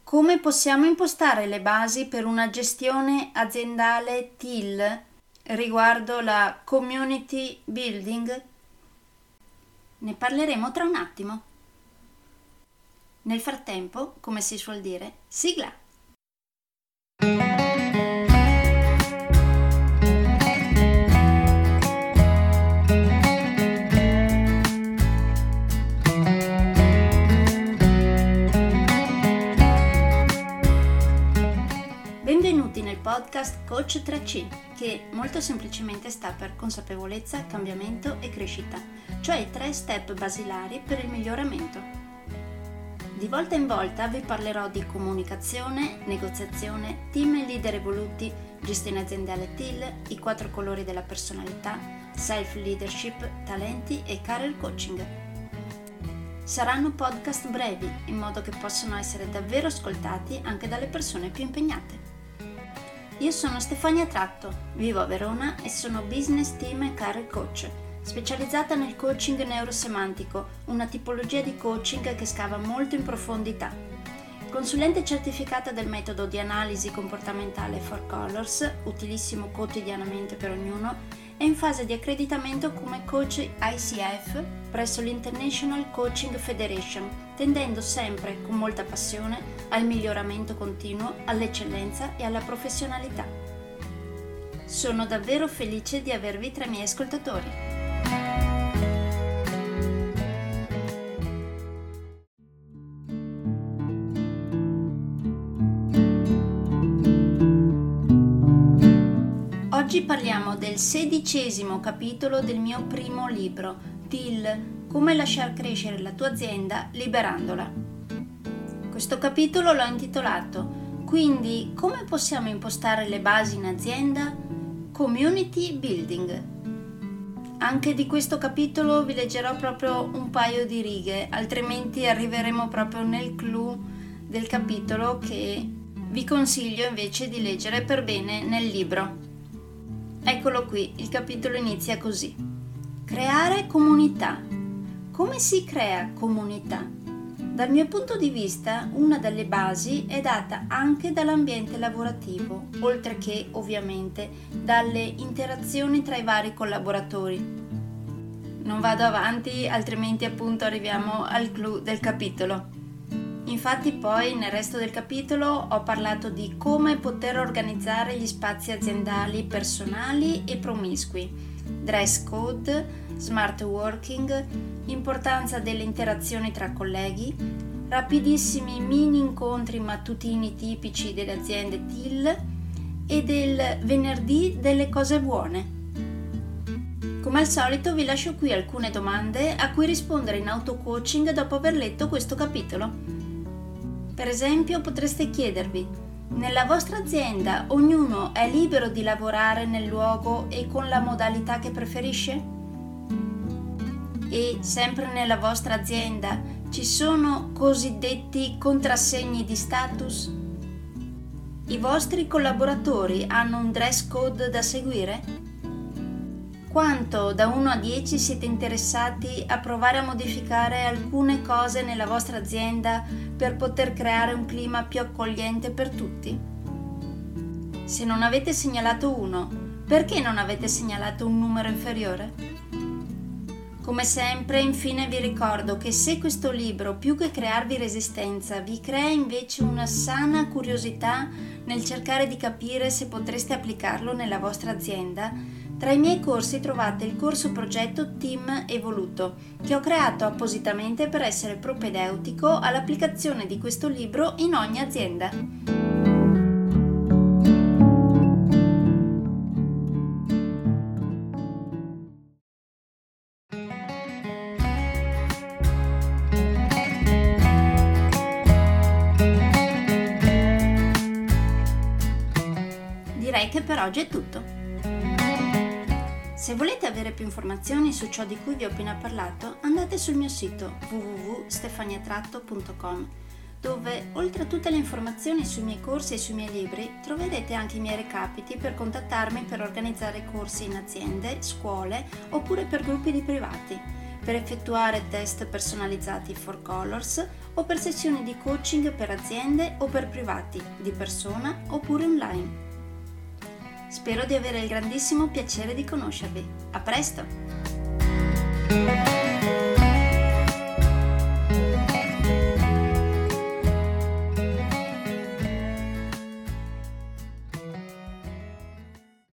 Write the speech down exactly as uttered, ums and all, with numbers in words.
Come possiamo impostare le basi per una gestione aziendale T I L riguardo la community building? Ne parleremo tra un attimo. Nel frattempo, come si suol dire, sigla! Benvenuti nel podcast Coach tre C, che molto semplicemente sta per consapevolezza, cambiamento e crescita, cioè i tre step basilari per il miglioramento. Di volta in volta vi parlerò di comunicazione, negoziazione, team e leader evoluti, gestione aziendale T I L, i quattro colori della personalità, self-leadership, talenti e career coaching. Saranno podcast brevi, in modo che possano essere davvero ascoltati anche dalle persone più impegnate. Io sono Stefania Tratto, vivo a Verona e sono business team e career coach, specializzata nel coaching neurosemantico, una tipologia di coaching che scava molto in profondità. Consulente certificata del metodo di analisi comportamentale Four Colors, utilissimo quotidianamente per ognuno, e in fase di accreditamento come coach I C F presso l'International Coaching Federation, tendendo sempre con molta passione al miglioramento continuo, all'eccellenza e alla professionalità. Sono davvero felice di avervi tra i miei ascoltatori. Oggi parliamo del sedicesimo capitolo del mio primo libro, T I L, come lasciar crescere la tua azienda liberandola. Questo capitolo l'ho intitolato Quindi come possiamo impostare le basi in azienda? Community building. Anche di questo capitolo vi leggerò proprio un paio di righe, altrimenti arriveremo proprio nel clou del capitolo che vi consiglio invece di leggere per bene nel libro. Eccolo qui, il capitolo inizia così. Creare comunità. Come si crea comunità? Dal mio punto di vista, una delle basi è data anche dall'ambiente lavorativo, oltre che, ovviamente, dalle interazioni tra i vari collaboratori. Non vado avanti, altrimenti appunto arriviamo al clou del capitolo. Infatti poi nel resto del capitolo ho parlato di come poter organizzare gli spazi aziendali personali e promiscui, dress code, smart working, importanza delle interazioni tra colleghi, rapidissimi mini incontri mattutini tipici delle aziende T I L e del venerdì delle cose buone. Come al solito vi lascio qui alcune domande a cui rispondere in auto-coaching dopo aver letto questo capitolo. Per esempio potreste chiedervi: nella vostra azienda ognuno è libero di lavorare nel luogo e con la modalità che preferisce? E sempre nella vostra azienda ci sono cosiddetti contrassegni di status? I vostri collaboratori hanno un dress code da seguire? Quanto da uno a dieci siete interessati a provare a modificare alcune cose nella vostra azienda per poter creare un clima più accogliente per tutti? Se non avete segnalato uno, perché non avete segnalato un numero inferiore? Come sempre, infine vi ricordo che se questo libro, più che crearvi resistenza, vi crea invece una sana curiosità nel cercare di capire se potreste applicarlo nella vostra azienda, tra i miei corsi trovate il corso progetto Team Evoluto, che ho creato appositamente per essere propedeutico all'applicazione di questo libro in ogni azienda. Direi che per oggi è tutto. Se volete avere più informazioni su ciò di cui vi ho appena parlato, andate sul mio sito w w w punto stefania tratto punto com, dove oltre a tutte le informazioni sui miei corsi e sui miei libri troverete anche i miei recapiti per contattarmi per organizzare corsi in aziende, scuole oppure per gruppi di privati. per effettuare test personalizzati for Colors o per sessioni di coaching per aziende o per privati, di persona oppure online. Spero di avere il grandissimo piacere di conoscervi. A presto!